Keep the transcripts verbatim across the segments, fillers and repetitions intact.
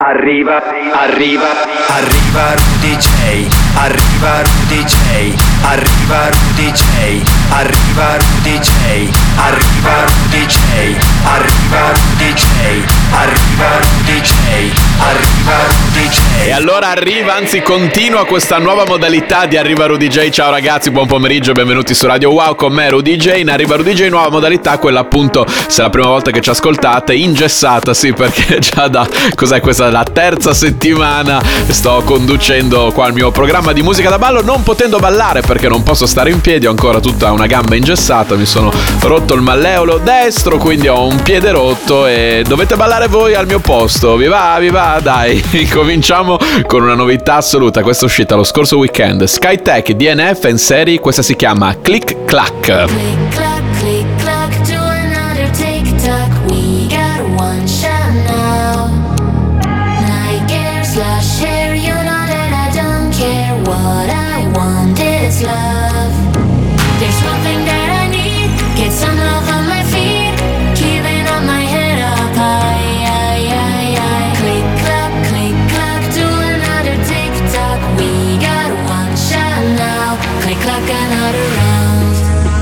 Arriva, arriva, arriva Rudy J, arriva Rudy J, arriva Rudy J, arriva Rudy J, arriva Rudy J, arriva Rudy J, arriva Rudy J, arriva Rudy J. E allora arriva, anzi continua questa nuova modalità di Arriva Rudy J. Ciao ragazzi, buon pomeriggio, benvenuti su Radio Wow con me Rudy J. In Arriva Rudy J nuova modalità, quella appunto, se è la prima volta che ci ascoltate, ingessata, sì, perché già da, cos'è questa, la terza settimana sto conducendo qua il mio programma di musica da ballo, non potendo ballare perché non posso stare in piedi, ho ancora tutta una gamba ingessata, mi sono rotto il malleolo destro, quindi ho un piede rotto e dovete ballare voi al mio posto. Vi va, vi va? Dai, cominciamo con una novità assoluta. Questa è uscita lo scorso weekend, Skytech, D N F in serie, questa si chiama Click Clack. Click clack, click clack, do another tic-tac, we got one shot now. Night gear slash hair, you know that I don't care, what I want is love. There's one thing that I need, get some love on my feet, keeping up my head up high. Click clack, click clack, do another tic-tac, we got one shot now. Click clack, another round.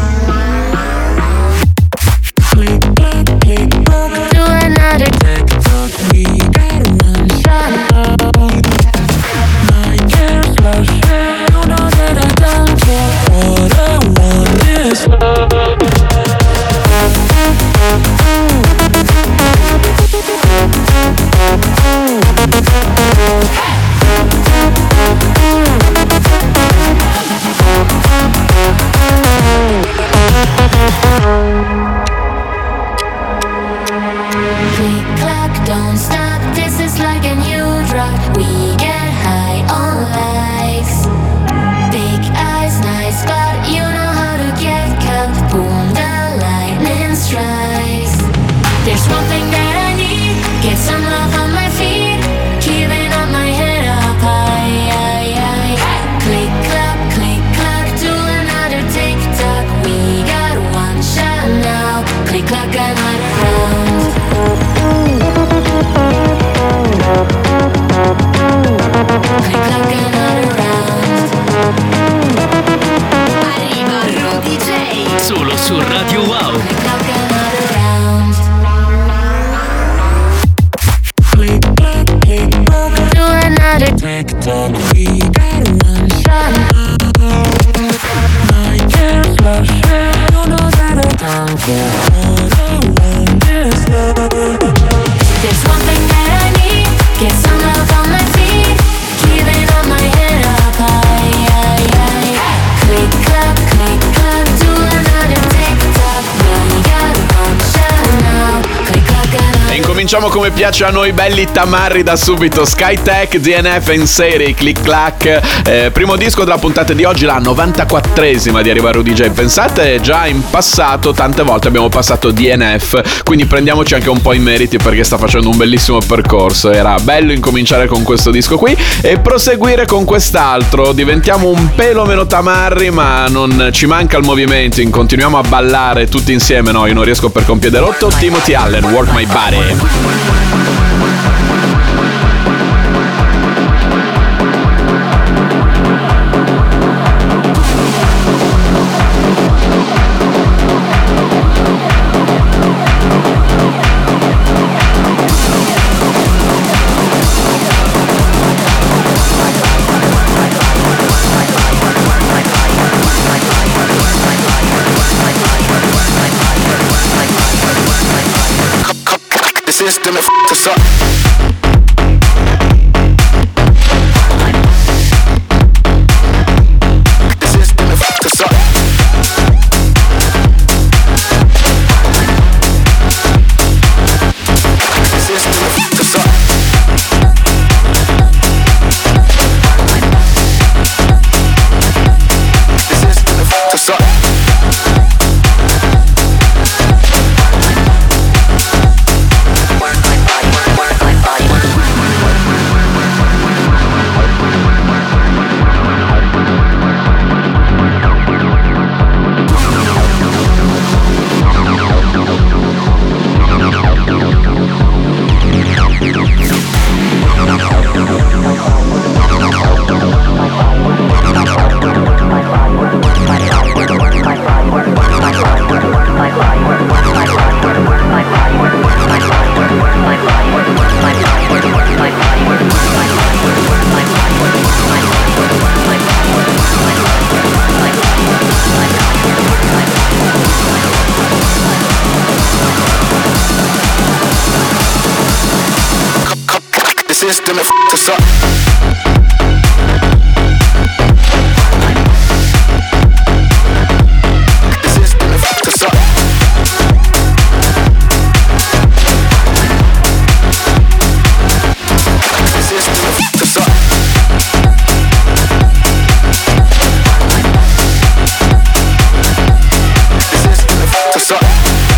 Click clack, click clack, do another tic-tac, we got one shot now. Night gear slash hair, you know that I don't care, what I want is love. Click clack, don't stop, this is like a new drug. We get high on life. Big eyes, nice spot, you know how to get caught. Boom, the lightning strikes. There's one thing that I need, get some love on my feet, keeping up my head up high. Click clack, click clack, do another tic-tac, we got one shot now. Click clack, another round. Click clack, another round. Arriva Rudy J. Solo su Radio Wow. Click clack, another round. Click clack, click clack, do another tic-tac, we got one shot now. Night gear slash hair, you know that I don't care, what I want is love. There's one thing that I need, get some love on my feet, keeping up my head up high. Click clack, click clack, do another tic-tac, we got one shot now. Click clack, another. E incominciamo come piace a noi belli tamarri da subito. Skytech, D N F in serie, Click Clack, eh, primo disco della puntata di oggi, la novantaquattresima di Arriva Rudy J. Pensate, già in passato tante volte abbiamo passato D N F, quindi prendiamoci anche un po' i meriti perché sta facendo un bellissimo percorso. Era bello incominciare con questo disco qui e proseguire con quest'altro. Diventiamo un pelo meno tamarri, ma non ci manca il movimento, continuiamo a ballare tutti insieme. No, io non riesco per con piede rotto. Timothy Allen, Work My Body. System and f*** us up. The system and f*** us up. The system and f*** us up. The system and f*** us up. Work my body. system and f*** us up. The system and f*** us up. The system and f*** us up. The system and f*** us up.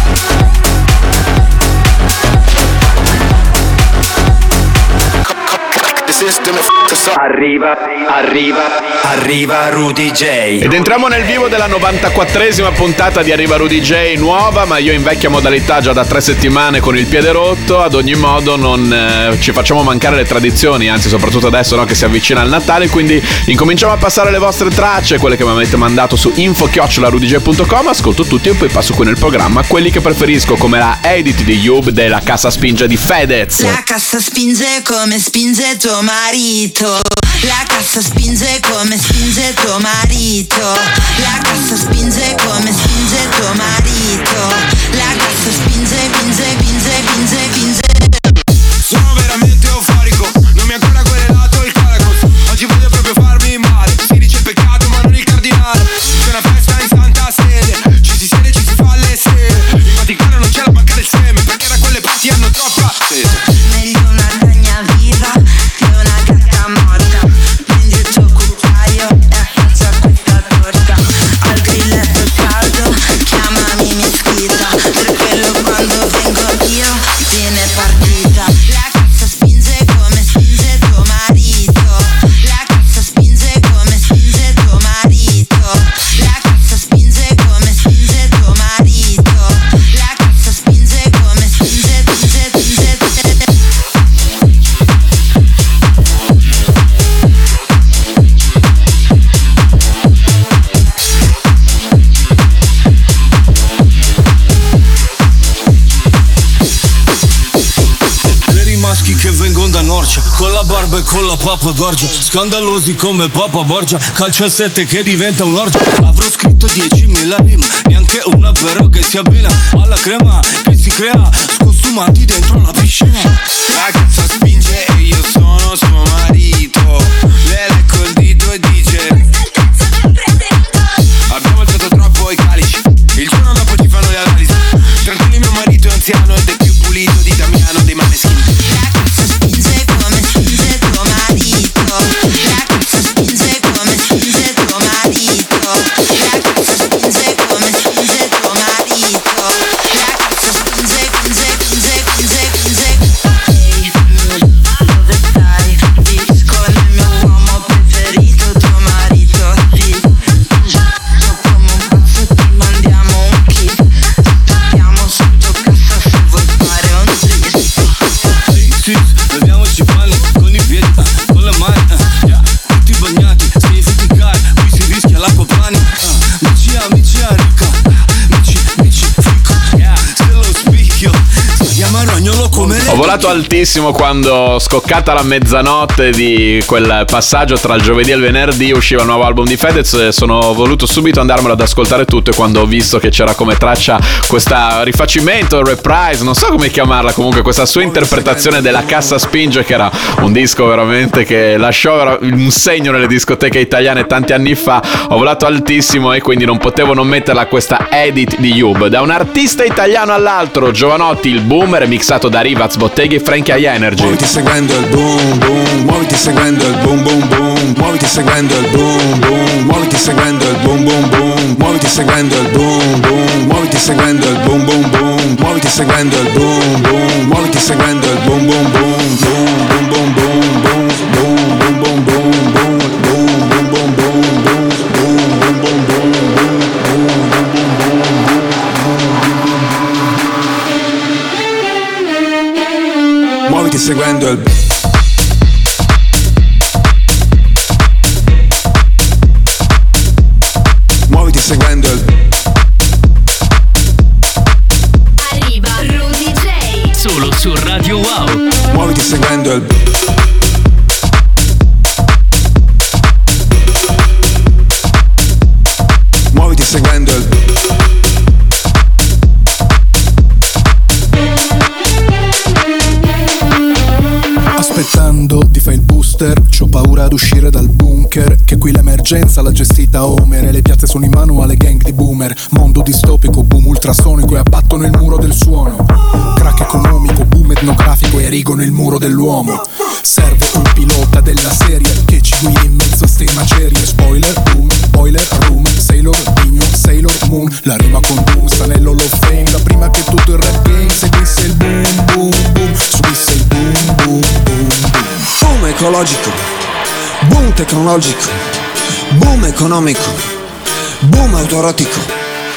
Arriva, arriva, arriva Rudy J. Ed entriamo nel vivo della novantaquattresima puntata di Arriva Rudy J, nuova, ma io in vecchia modalità già da tre settimane con il piede rotto. Ad ogni modo non eh, ci facciamo mancare le tradizioni, anzi soprattutto adesso, no, che si avvicina il Natale, quindi incominciamo a passare le vostre tracce, quelle che mi avete mandato su info chiocciola rudy j punto com, ascolto tutti e poi passo qui nel programma quelli che preferisco, come la Edit di Yub della Cassa Spinge di Fedez. La cassa spinge come spinge tuo marito. La cassa spinge come spinge tuo marito. La cassa spinge come spinge tuo marito. La cassa spinge, spinge, spinge, spinge, spinge. Sono veramente euforico, non mi ha ancora querelato il Calacos. Oggi voglio proprio farmi male. Si dice peccato ma non il cardinale. C'è una festa in santa sede, ci si siede, ci si fa le sere. In Vaticano non c'è la banca del seme, perché da quelle parti hanno troppa sete. Meglio una ragna viva che una gatta morta. Prendi il tuo cucchiaio e affaccia questa torta. Al grilletto caldo chiamami mischita, per quello quando vengo io viene partita. La cassa spinge come spinge tuo marito. La cassa spinge come spinge tuo marito. La cassa spinge come spinge tuo marito. La cassa spinge come spinge, spinge, spinge, spinge. Per i maschi che vengono da Norcia, con la barba e con la pappa gorgia, scandalosi come Papa Borgia, calcio a sette che diventa un'orgia. Avrò scritto diecimila rime, neanche una però che si abbina alla crema che si crea, scostumati dentro la piscina. La cazza spinge e io sono suo marito. Le lecco il dito e dice: abbiamo alzato troppo i calici, il giorno dopo ci fanno le analisi. Tranquilli, mio marito è anziano ed è più pulito di Damiano dei Maneskin. La cassa spinge come spinge tuo marito. La cassa spinge come spinge tuo marito. La cassa spinge come spinge tuo marito. La cassa spinge, spinge, spinge, spinge, spinge. Ehi, dove stai? Disco nel mio uomo preferito, tuo marito. Sì, io come un pazzo ti mandiamo un kiss. Stiamo sotto cassa se vuoi fare un twist. Sì, beviamoci panni con i piedi, uh, con le mani, uh, yeah. Tutti bagnati, significare, qui si rischia l'acqua pani, uh, Mici, amici, ricca, Mici, mici, fico, yeah. Se lo spicchio, sbagliamo a rognolo come le... Ho volato altissimo quando, scoccata la mezzanotte di quel passaggio tra il giovedì e il venerdì, usciva il nuovo album di Fedez e sono voluto subito andarmelo ad ascoltare tutto. E quando ho visto che c'era come traccia questa rifacimento, reprise, non so come chiamarla, comunque questa sua interpretazione della Cassa Spinge, che era un disco veramente che lasciò un segno nelle discoteche italiane tanti anni fa, ho volato altissimo e quindi non potevo non metterla questa Edit di Yub. Da un artista italiano all'altro, Giovanotti, il boom, remixato da Rivaz, Botteghi e Frankie High Energy. Muoviti seguendo il boom boom, muoviti seguendo il boom boom boom, muoviti seguendo il boom boom, muoviti seguendo il boom boom boom, muoviti seguendo il boom boom, muoviti seguendo il boom boom boom, muoviti seguendo il boom boom, muoviti seguendo il boom boom boom, boom boom boom boom boom, boom boom boom boom boom, boom boom boom boom boom, boom boom boom. Muoviti seguendo il Muoviti seguendo il Arriva Rudy J. Solo su Radio Wow. Muoviti seguendo il Muoviti seguendo il Aspettando booster. C'ho paura ad uscire dal bunker, che qui l'emergenza l'ha gestita Homer, e le piazze sono in mano alle gang di boomer. Mondo distopico, boom ultrasonico, e abbattono il muro del suono. Crack economico, boom etnografico, e erigono il muro dell'uomo. Serve un pilota della serie che ci guidi in mezzo a ste macerie. Spoiler, boom, boiler, room, Sailor, Pigno, Sailor Moon. La rima con boom sta nell'Hall of Fame, da prima che tutto il rap game seguisse il boom, boom, boom, subisse il boom, boom, boom, boom. Boom ecologico, boom tecnologico, boom economico, boom autorotico.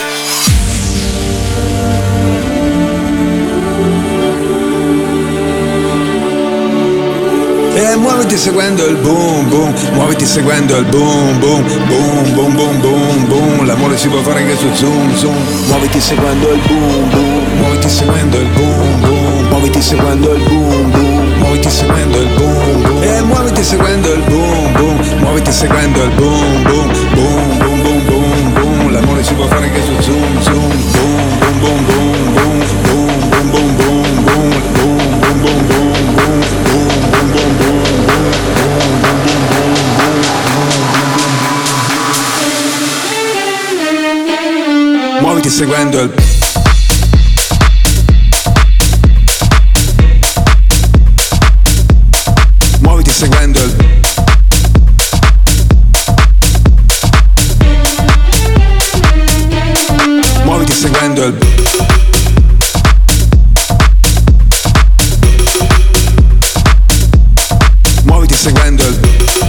E muoviti seguendo il boom boom, muoviti seguendo il boom boom, boom boom boom boom boom. L'amore si può fare anche su Zoom Zoom. Muoviti seguendo il boom boom, muoviti seguendo il boom boom, muoviti seguendo il boom boom, muoviti seguendo il boom boom. E muoviti seguendo il boom boom, muoviti seguendo il boom boom, boom boom boom boom boom. L'amore si può fare anche su Zoom Zoom. Boom boom boom boom boom, boom boom boom boom boom, boom boom boom boom. Muoviti seguendo il Muoviti seguendo il Muoviti seguendo il Muoviti seguendo il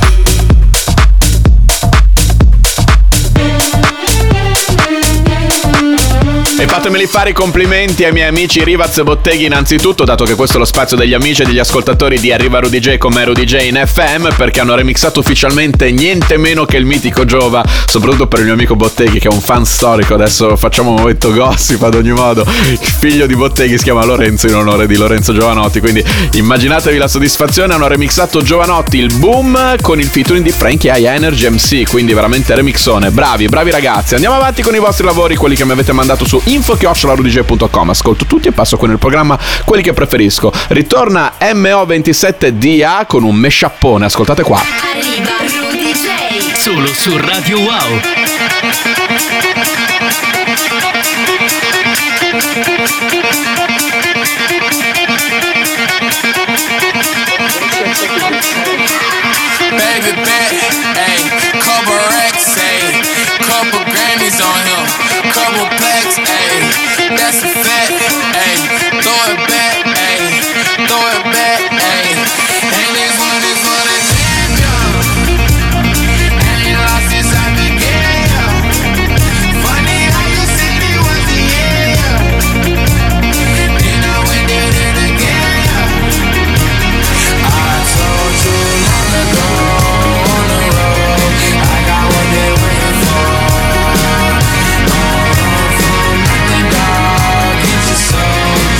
E fatemeli fare i complimenti ai miei amici Rivaz Botteghi innanzitutto, dato che questo è lo spazio degli amici e degli ascoltatori di Arriva Rudy J con me Rudy J in F M, perché hanno remixato ufficialmente niente meno che il mitico Giova, soprattutto per il mio amico Botteghi che è un fan storico. Adesso facciamo un momento gossip ad ogni modo. Il figlio di Botteghi si chiama Lorenzo in onore di Lorenzo Giovanotti, quindi immaginatevi la soddisfazione. Hanno remixato Giovanotti, il boom, con il featuring di Frankie High Energy M C, quindi veramente remixone. Bravi, bravi ragazzi. Andiamo avanti con i vostri lavori, quelli che mi avete mandato su info chiocciola rudy j punto com. Ascolto tutti e passo con il programma quelli che preferisco. Ritorna M O ventisette D A con un meshappone, ascoltate qua. Arriva Rudy J solo su Radio Wow. Baby bet, ayy, couple racks, ayy, couple Grammys on him, couple plaques, ayy, that's a fact, ayy, throw it back, ayy, throw it back, ayy, and this one is for the champion, and he lost his I began, funny how you said he was the yeah, then I went did it again, I told you long ago on the road, I got what they waiting for, all from nothing, dog, get your soul.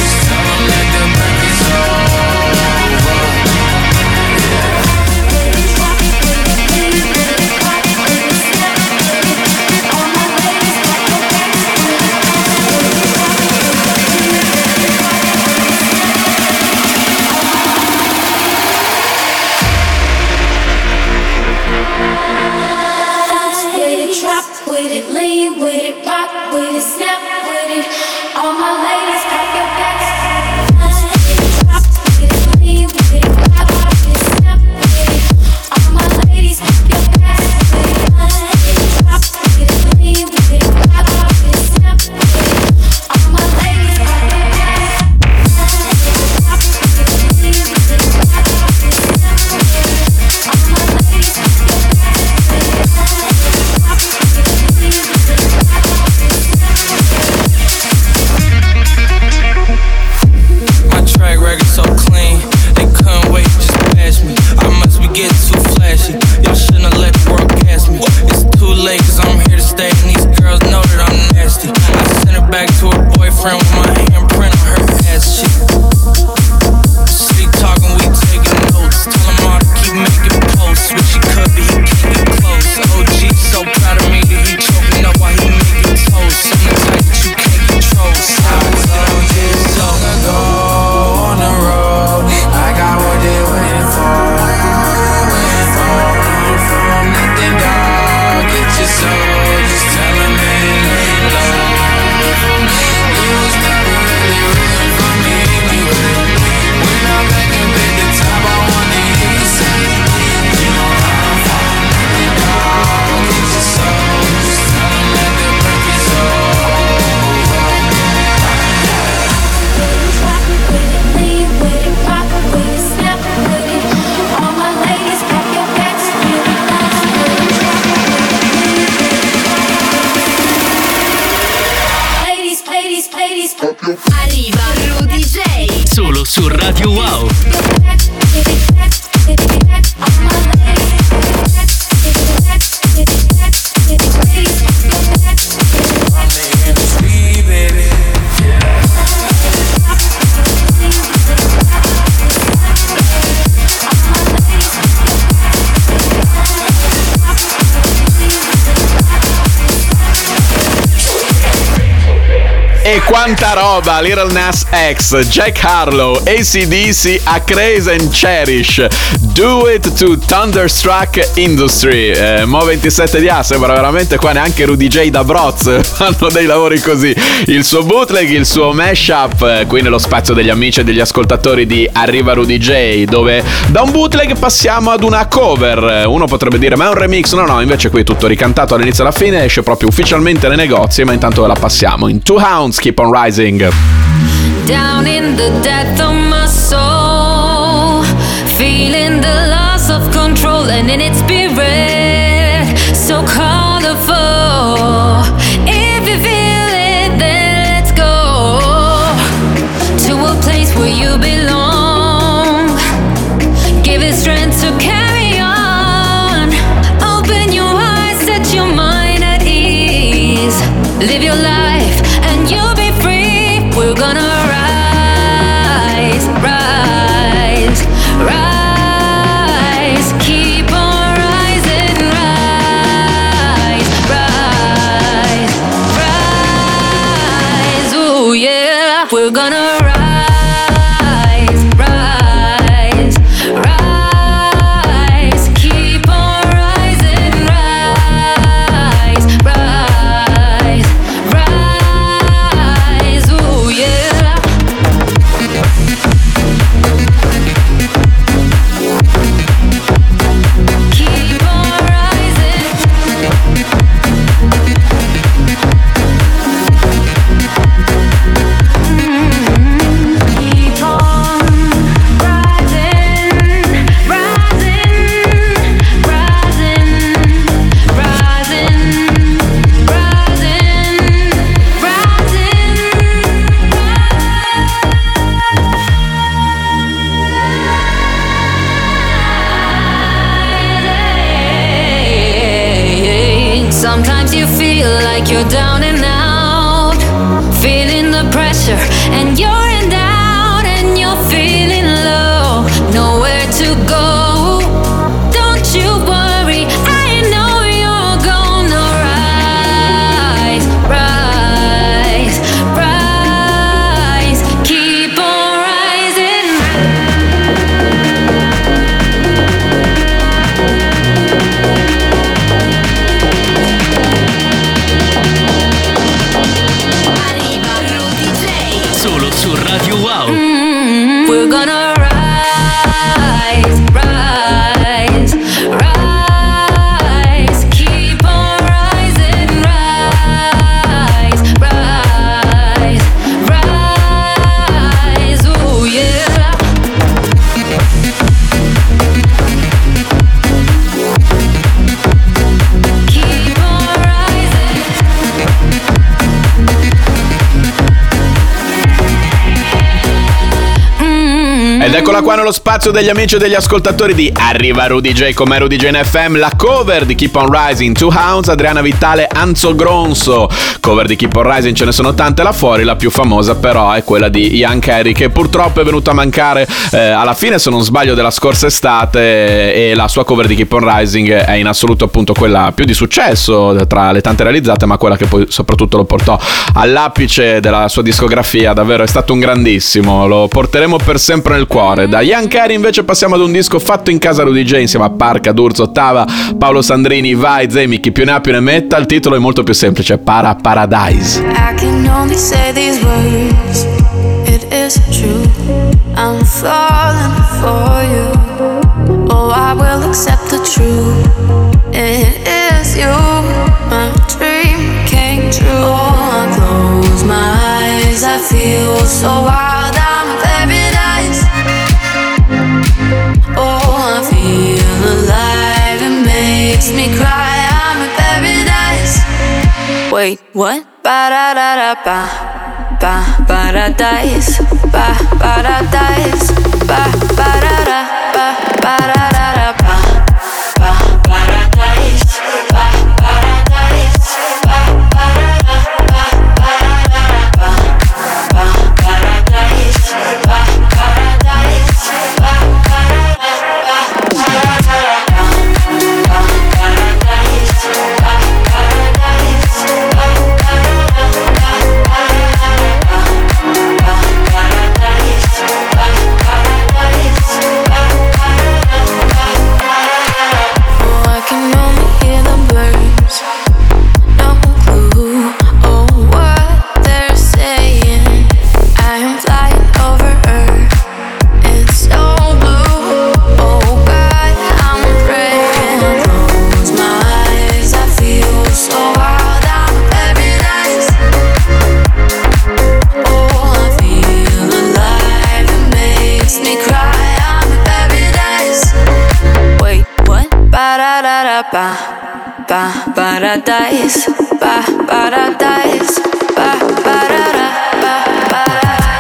E quanta roba! Lil Nas X, Jack Harlow, A C D C, A Craze and Cherish, Do It to Thunderstruck Industry. eh, Mo ventisette di A, sembra veramente qua neanche Rudy J da Broz fanno dei lavori così. Il suo bootleg, il suo mashup, eh, qui nello spazio degli amici e degli ascoltatori di Arriva Rudy J, dove da un bootleg passiamo ad una cover. Uno potrebbe dire ma è un remix, no no, invece qui è tutto ricantato all'inizio e alla fine, esce proprio ufficialmente nei negozi, ma intanto ve la passiamo. In Two Hounds, Keep on Rising. Down in the depth of my soul, feeling the loss of control and in its spirit, so colorful. If you feel it, then let's go to a place where you belong. Give it strength to carry on. Open your eyes, set your mind at ease. Live your life and you'll be free. We're gonna rise, rise, rise. Keep on rising, rise, rise, rise. Ooh yeah, we're gonna rise, rise, rise. Keep on rising, rise, rise, rise. Ooh yeah. Keep on rising. Keep on rising, rising, rising, rising, rising, rising. Sometimes you feel like you're down and out, feeling the pressure, and you're in doubt, and you're feeling low, nowhere to go. Don't you worry, I know you're gonna rise, rise, rise. Keep on rising. Arriva Rudy J. Solo su Radio Wow. Mm, We're gonna rise, rise, rise. Keep on rising, rise, rise, rise. Ooh yeah. Keep on rising. Mm. Ed eccola qua nello spazio degli amici e degli ascoltatori di Arriva Rudy J come Rudy J in F M, la cover di Keep on Rising, Two Hounds, Adriana Vitale, Anzo Gronzo. Cover di Keep on Rising ce ne sono tante là fuori, la più famosa però è quella di Ian Carey, che purtroppo è venuta a mancare eh, alla fine, se non sbaglio, della scorsa estate, e la sua cover di Keep on Rising è in assoluto appunto quella più di successo tra le tante realizzate, ma quella che poi soprattutto lo portò all'apice della sua discografia. Davvero è stato un grandissimo, lo porteremo per sempre nel cuore. Da Ian Carey invece passiamo ad un disco fatto in casa Rudy J insieme a Parca, D'Urso, Ottava, Paolo Sandrini, Vai, Zemi, chi più ne ha più ne metta. Il titolo è molto più semplice: Para Paradise. I can only say these words, it is true, I'm falling for you. Oh, I will accept the truth, it is you, my dream came true. Oh, I close my eyes, I feel so wild, I'm in paradise. Oh, I feel alive, it makes me cry, I'm in paradise. Wait, what? Ba-da-da-da-ba, ba, paradise, ba, paradise, ba, ba-da-da, ba, ba-da-da-da-ba, ba, paradise, ba, paradise, ba, ba-da-da, ba, ba-da-da-da-ba, ba, paradise, ba, paradise, ba, ba-da-da, ba, ba-da-da-da-ba, ba, paradise, ba, ba, ba, paradise, ba, paradise, ba, parara, ba, ba.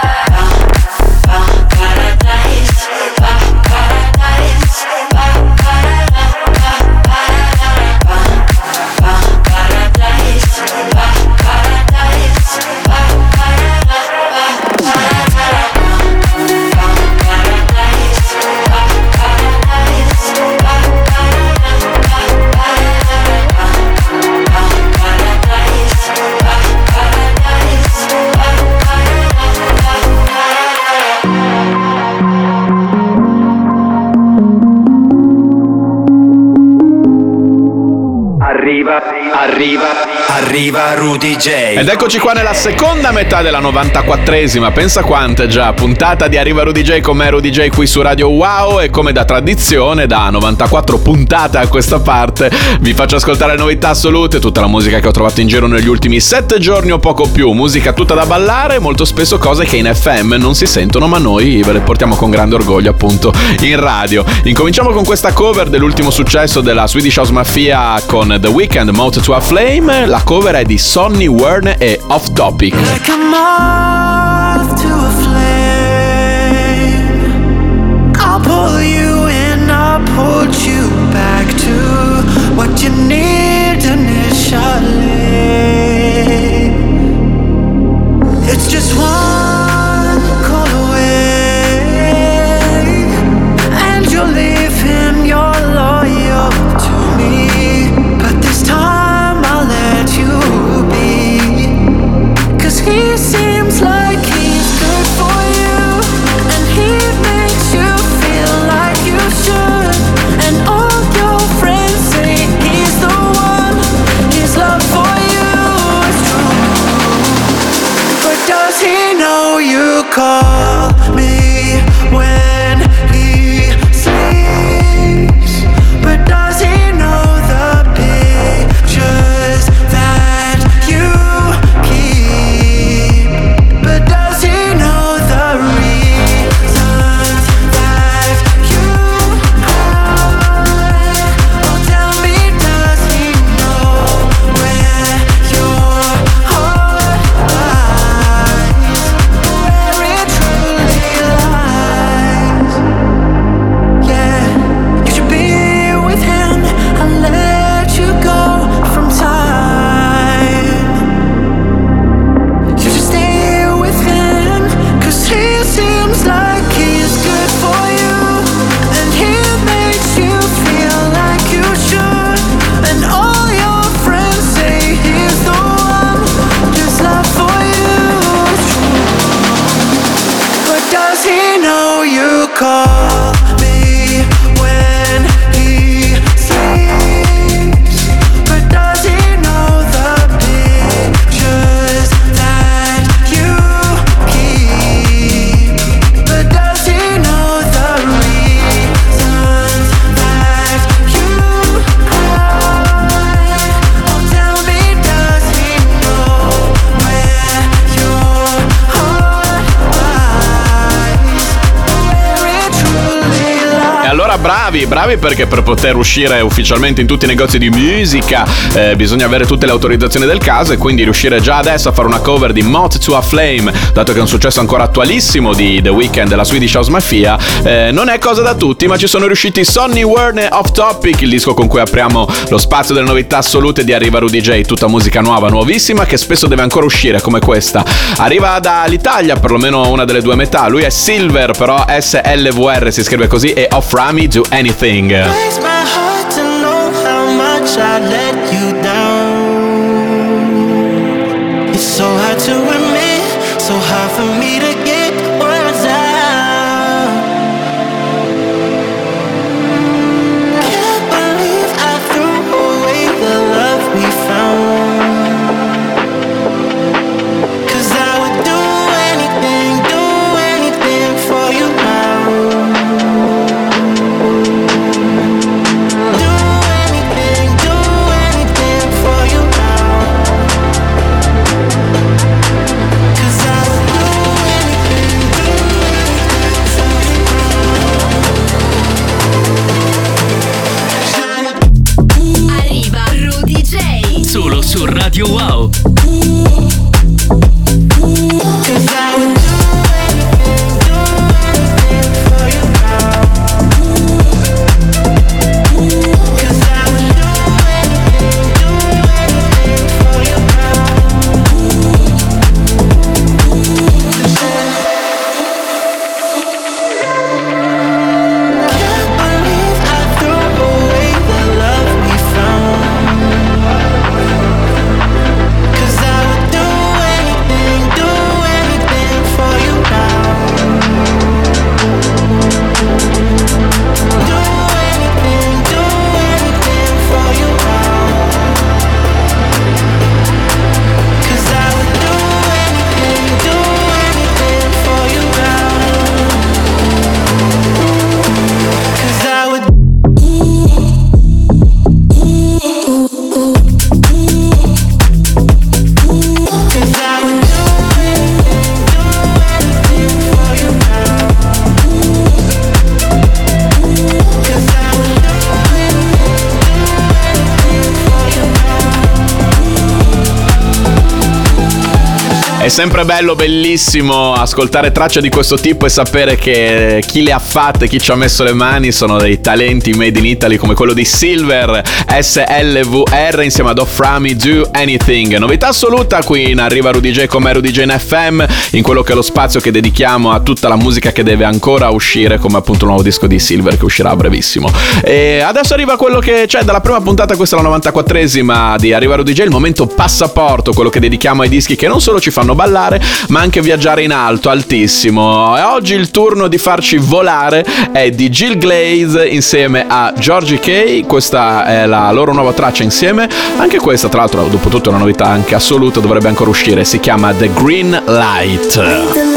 Arriva, arriva, arriva Rudy J. Ed eccoci qua nella seconda metà della novantaquattresima, pensa quante già, puntata di Arriva Rudy J con me Rudy J qui su Radio Wow, e come da tradizione, da novantaquattro puntate a questa parte, vi faccio ascoltare le novità assolute, tutta la musica che ho trovato in giro negli ultimi sette giorni o poco più, musica tutta da ballare, molto spesso cose che in F M non si sentono, ma noi ve le portiamo con grande orgoglio appunto in radio. Incominciamo con questa cover dell'ultimo successo della Swedish House Mafia con The Weeknd, Moth to a Flame. La cover è di Sonny Werne e Off Topic. Like a moth to a flame, I'll pull you in, I'll pull you back to what you need initially. It's just one call away, and you'll leave him, you're loyal to me. But this time I'll let you be, 'cause he seems like he's good for you, and he makes you feel like you should. And all your friends say he's the one, his love for you is true. But does he know you call me when he sleeps? But does he know the pictures that you keep? But does he know the reasons that you cry? Oh, tell me, does he know where your heart lies, where it truly lies? Yeah, you should be with him and let you go from time. You should stay with him, 'cause he seems like he's good for you, and he makes you feel like you should. And all your friends say he's the one, his love for you is true. But does he know you call me when he sleeps? But does he know the pictures that you keep? But does he know the reasons that you cry? Oh, tell me, does he know where your heart lies, where it truly lies? E allora bravi, bravi perché per poter uscire ufficialmente in tutti i negozi di musica eh, bisogna avere tutte le autorizzazioni del caso, e quindi riuscire già adesso a fare una cover di Moth to a Flame, dato che è un successo ancora attualissimo di The Weeknd e la Swedish House Mafia, eh, non è cosa da tutti, ma ci sono riusciti Sonny Werne, Off Topic, il disco con cui apriamo lo spazio delle novità assolute di Arriva Rudy J, tutta musica nuova, nuovissima, che spesso deve ancora uscire come questa. Arriva dall'Italia, perlomeno una delle due metà, lui è Silver, però S L V R si scrive così, e Off Rami Do Anything. Breaks my heart to know how much I let you down. It's so hard to admit, so hard for me to get words out. Can't believe I threw away the love we found. 'Cause I would do anything, do anything for you now. Do anything, do su Radio Wow. È sempre bello, bellissimo ascoltare tracce di questo tipo e sapere che chi le ha fatte, chi ci ha messo le mani sono dei talenti made in Italy come quello di Silver, S L V R insieme ad Offrami, Do Anything. Novità assoluta qui in Arriva Rudy J come Rudy J in F M, in quello che è lo spazio che dedichiamo a tutta la musica che deve ancora uscire, come appunto il nuovo disco di Silver che uscirà a brevissimo. E adesso arriva quello che c'è dalla prima puntata, questa è la novantaquattresima di Arriva Rudy J, il momento passaporto, quello che dedichiamo ai dischi che non solo ci fanno ballare ma anche viaggiare in alto, altissimo. E oggi il turno di farci volare è di Jill Glaze insieme a Georgie K. Questa è la loro nuova traccia insieme, anche questa tra l'altro dopo tutto è una novità anche assoluta, dovrebbe ancora uscire, si chiama The Green Light.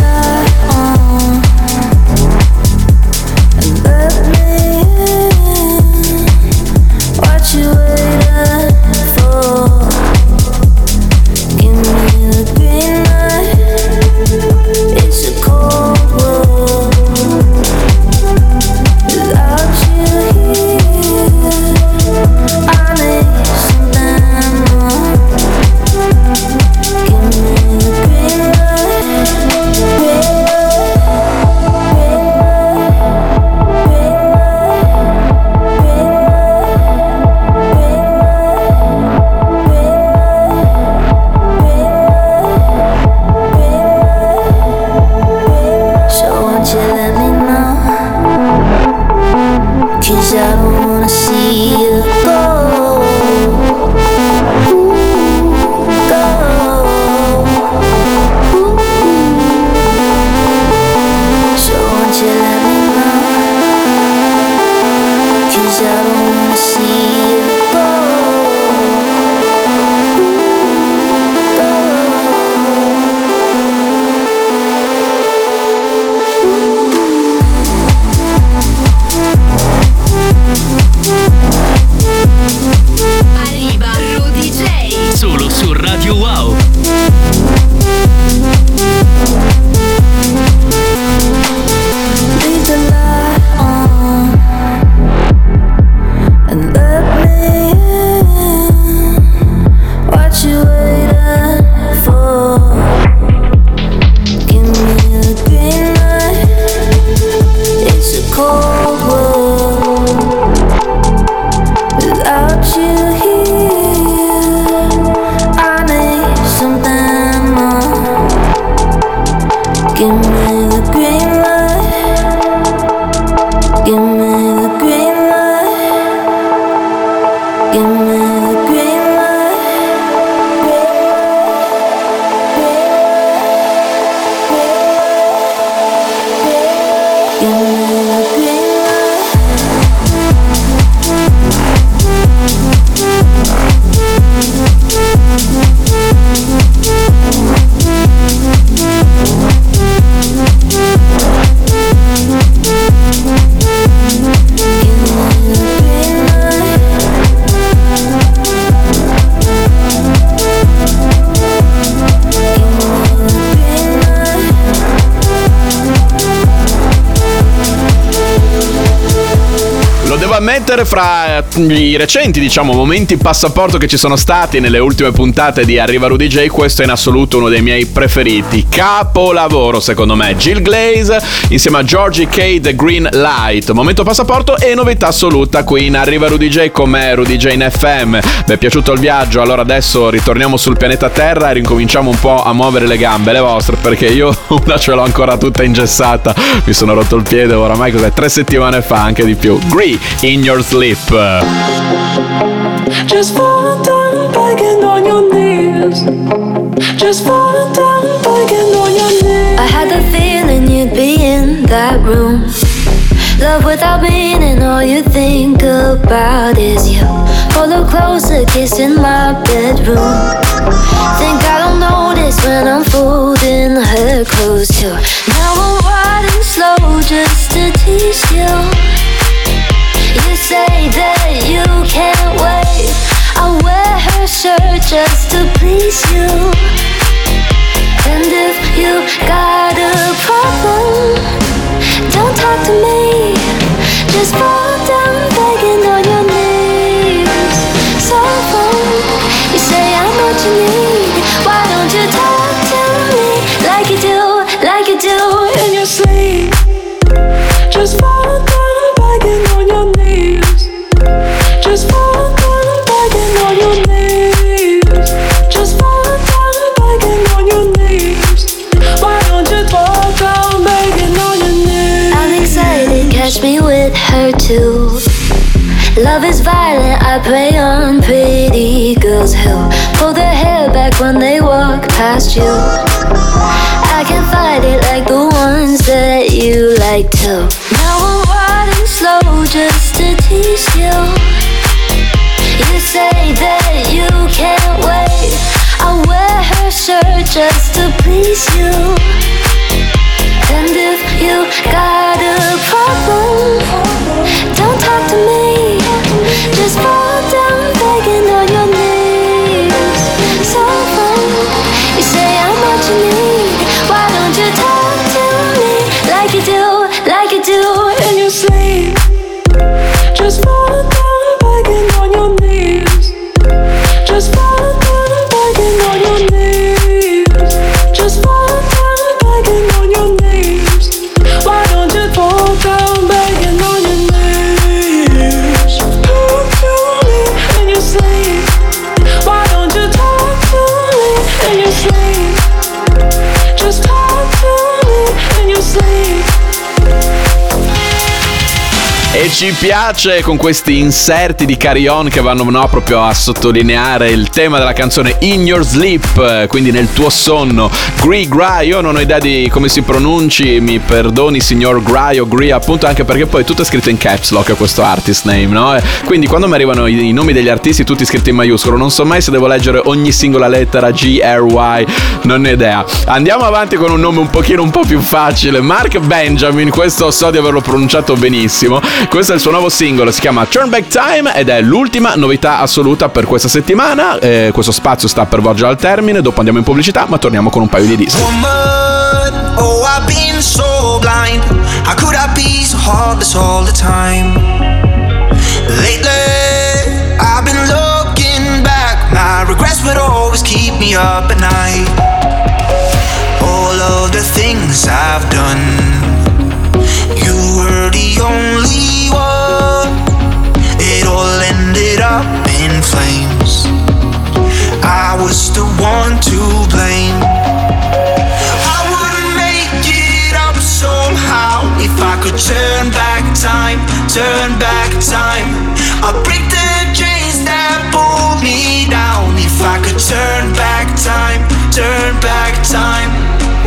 And let me devo ammettere, fra i recenti, diciamo, momenti passaporto che ci sono stati nelle ultime puntate di Arriva Rudy J, questo è in assoluto uno dei miei preferiti. Capolavoro, secondo me. Jill Glaze insieme a Georgie K, The Green Light. Momento passaporto e novità assoluta qui in Arriva Rudy J con me, Rudy J in F M. Vi è piaciuto il viaggio? Allora adesso ritorniamo sul pianeta Terra e ricominciamo un po' a muovere le gambe, le vostre, perché io una ce l'ho ancora tutta ingessata. Mi sono rotto il piede oramai, cos'è? Tre settimane fa, anche di più. Gree, In Your Sleep. Just fall down, begging on your knees. Just fall down, begging on your knees. I had the feeling you'd be in that room. Love without meaning, all you think about is you. Pull her closer, kiss in my bedroom. Think I don't notice when I'm folding her clothes too. Now I'm riding slow just to tease you. You say that you can't wait. I wear her shirt just to please you. And if you got a problem, don't talk to me. Just fall down begging on your knees. So long, you say I'm what you need. Why don't you talk to me like you do, like you do in your sleep? Just fall down begging on your knees. Just fall down begging on your knees. Just fall down begging on your knees. Why don't you fall down begging on your knees? I'm excited, catch me with her too. Love is violent, I prey on pretty girls who pull their hair back when they walk past you. I can fight it like the ones that you like to. Now I'm riding slow just to tease you. You say that you can't wait. I wear her shirt just to please you. And if you got a problem, don't talk to me. Just fall down begging on your knees. So long, you say I'm what you need. Why don't you talk to me like you do, like you do in your sleep? Just fall down begging on your knees. Just fall down begging on your knees. Just fall down begging on your knees. Why don't you fall down begging on your knees? Talk to me in your sleep. Why don't you talk to me in your sleep? Just talk to me in your sleep. E ci piace con questi inserti di Carry On che vanno, no, proprio a sottolineare il tema della canzone In Your Sleep, quindi nel tuo sonno. Gree, Gry, io non ho idea di come si pronunci, mi perdoni signor Gry o Gree, appunto, anche perché poi tutto è scritto in caps lock questo artist name, no? E quindi quando mi arrivano i, i nomi degli artisti tutti scritti in maiuscolo non so mai se devo leggere ogni singola lettera, G R Y, non ho idea. Andiamo avanti con un nome un pochino un po' più facile, Mark Benjamin, questo so di averlo pronunciato benissimo. Questo è il suo nuovo singolo, si chiama Turn Back Time ed è l'ultima novità assoluta per questa settimana. Eh, questo spazio sta per volgere al termine, dopo andiamo in pubblicità, ma torniamo con un paio di dischi. Woman, oh I've been so blind. How could I be so heartless all the time? Lately, I've been looking back. My regrets would always keep me up at night. All of the things I've done, you were the only one. It all ended up in flames. I was the one to blame. I would make it up somehow if I could turn back time, turn back time. I'll break the chains that pulled me down if I could turn back time, turn back time.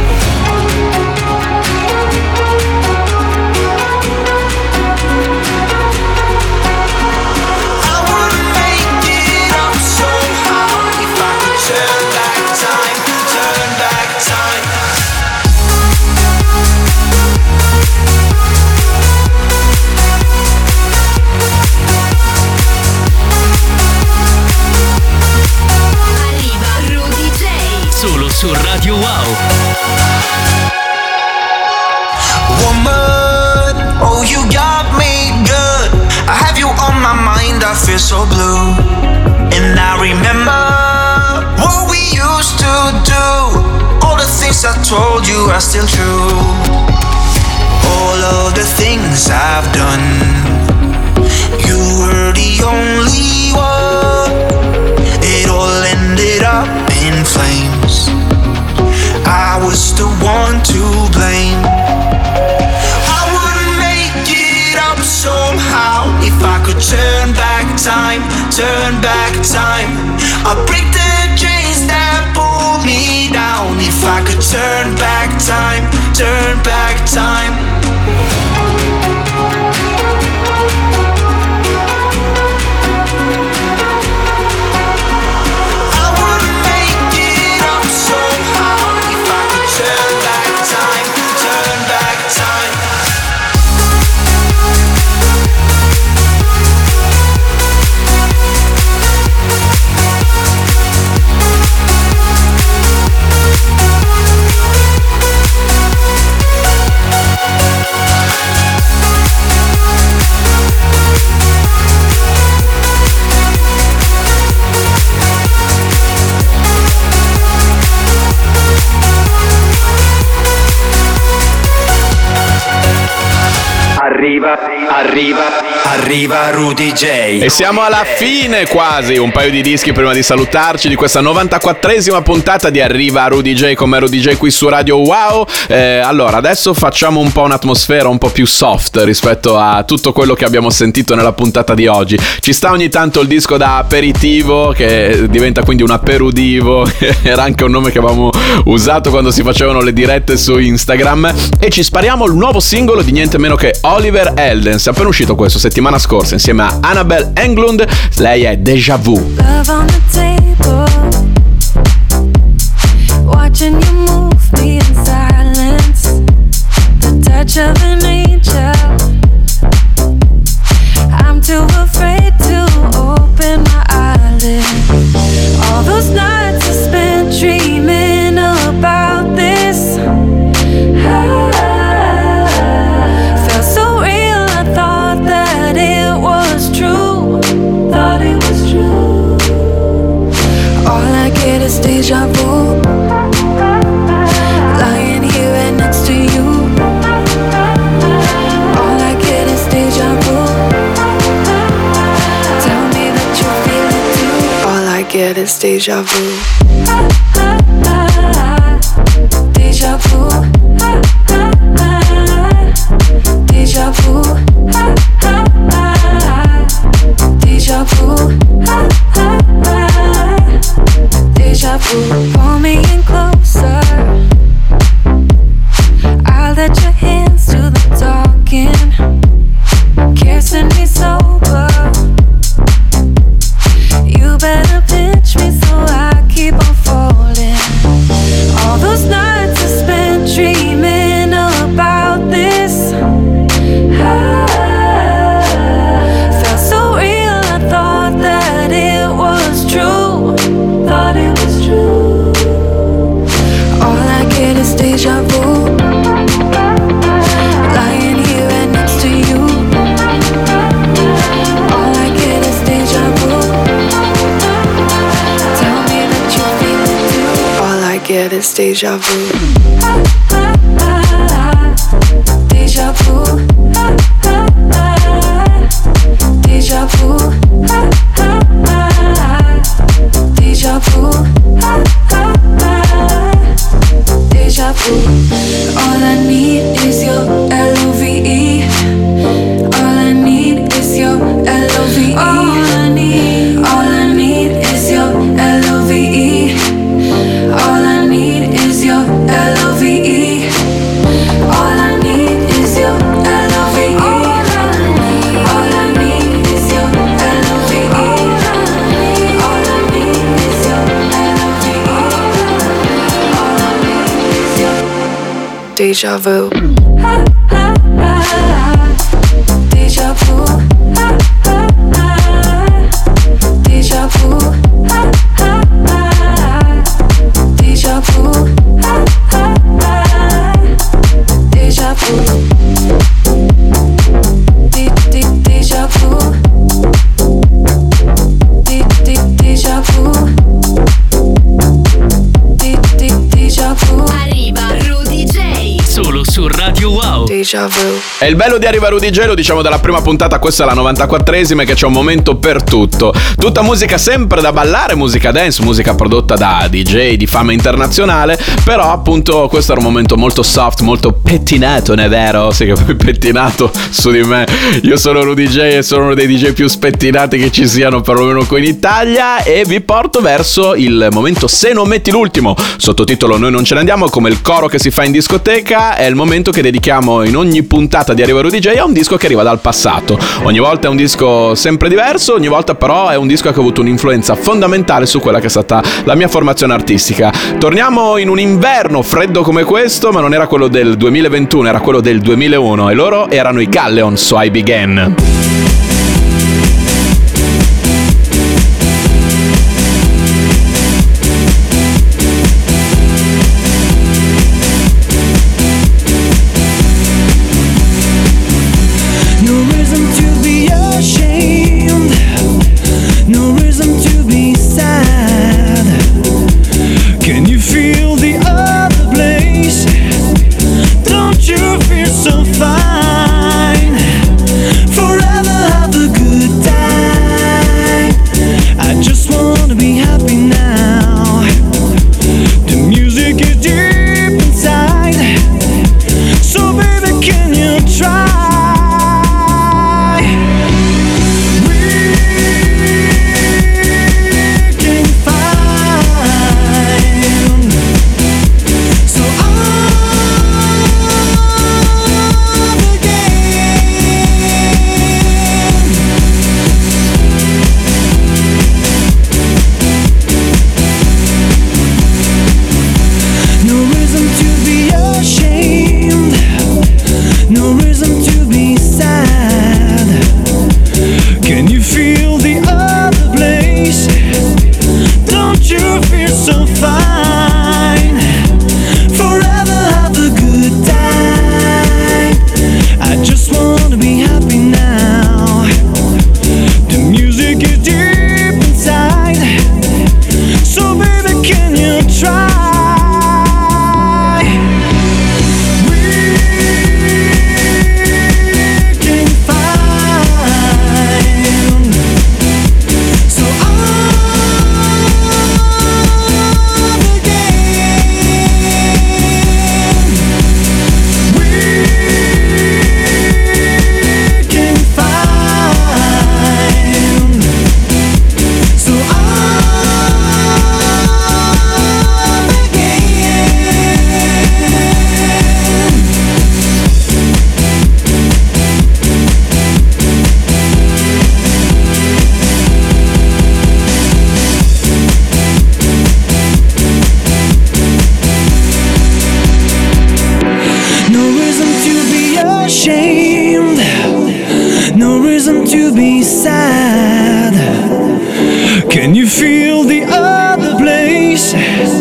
Su Radio Wow. Woman, oh you got me good. I had so blue. And I remember what we used to do. All the things I told you are still true. All of the things I've done, you were the only one. It all ended up in flames. I was the one to blame. I would make it up somehow if I could turn back time, turn back time. I'll break the chains that pull me down. If I could turn back time, turn back time. Arriva, arriva, arriva Rudy J. E siamo alla fine quasi, un paio di dischi prima di salutarci di questa novantaquattresima puntata di Arriva Rudy J con me Rudy J qui su Radio Wow. Eh, allora, adesso facciamo un po' un'atmosfera un po' più soft rispetto a tutto quello che abbiamo sentito nella puntata di oggi. Ci sta ogni tanto il disco da aperitivo che diventa quindi un aperudivo, era anche un nome che avevamo usato quando si facevano le dirette su Instagram. E ci spariamo il nuovo singolo di niente meno che Oliver Heldens, appena uscito questo settimana scorsa insieme a Annabelle Englund. Lei è Deja Vu. Love on the table, watching you move me in silence, the touch of an angel. I'm too afraid to open my eyelids. All those nights I spent dreaming about this. I felt so real, I thought that it was true. Thought it was true. All I get is deja vu. Lying here right next to you. All I get is deja vu. Tell me that you feel it too. All I get is deja vu. Deja vu. Deja vu. Deja vu. Deja vu. Pull me in closer. I'll let your hands do the talking. Kissing me sober. You better pinch me so I keep on falling. All those nights I spent dreaming about this. I felt so real, I thought that it was true. Thought it was true. All I get is deja vu. Lying here right next to you. All I get is deja vu. Tell me that you feel it too. All I get is deja vu. Deja vu. Deja vu. Deja vu. Deja vu. All I need is your L O V E. All I need is your L O V E. All I need, all I need is your L O V E. All I need is your L O V E. All I need is your L O V E. All I need is your L O V E. All I need is your L O V E. All I need is your deja vu. Deja vu. Deja vu. Deja vu. Deja vu. De- de- Deja vu. Deja vu. E il bello di Arriva Rudy J, lo diciamo dalla prima puntata, questa è la novantaquattresima, è che c'è un momento per tutto. Tutta musica sempre da ballare, musica dance, musica prodotta da D J di fama internazionale, però appunto questo era un momento molto soft, molto pettinato, non è vero? Sì che poi pettinato su di me. Io sono Rudy J e sono uno dei D J più spettinati che ci siano, perlomeno qui in Italia, e vi porto verso il momento Se non metti l'ultimo, sottotitolo Noi non ce ne andiamo, come il coro che si fa in discoteca. È il momento che dedichiamo in ogni puntata di Arriva Rudy J a un disco che arriva dal passato. Ogni volta è un disco sempre diverso, ogni volta però è un disco che ha avuto un'influenza fondamentale su quella che è stata la mia formazione artistica. Torniamo in un inverno freddo come questo, ma non era quello del duemilaventuno, era quello del duemilauno, e loro erano i Galleon, So I Began. Can you feel the other place?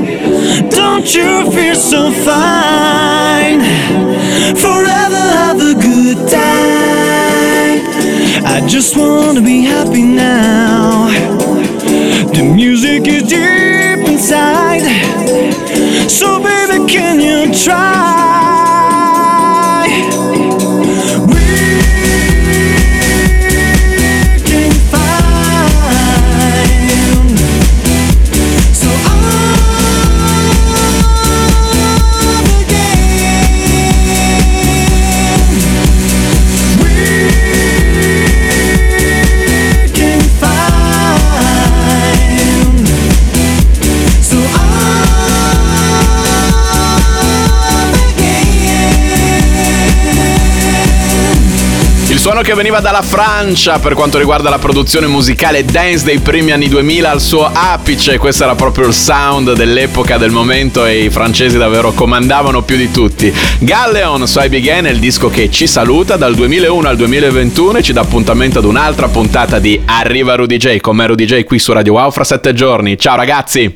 Don't you feel so fine? Forever have a good time. I just wanna be happy now. The music is deep inside, so baby can you try? Suono che veniva dalla Francia per quanto riguarda la produzione musicale dance dei primi anni duemila al suo apice. Questo era proprio il sound dell'epoca, del momento, e i francesi davvero comandavano più di tutti. Galleon, So I Began, è il disco che ci saluta dal duemilauno al duemilaventuno e ci dà appuntamento ad un'altra puntata di Arriva Rudy J con me Rudy J qui su Radio Wow fra sette giorni. Ciao ragazzi!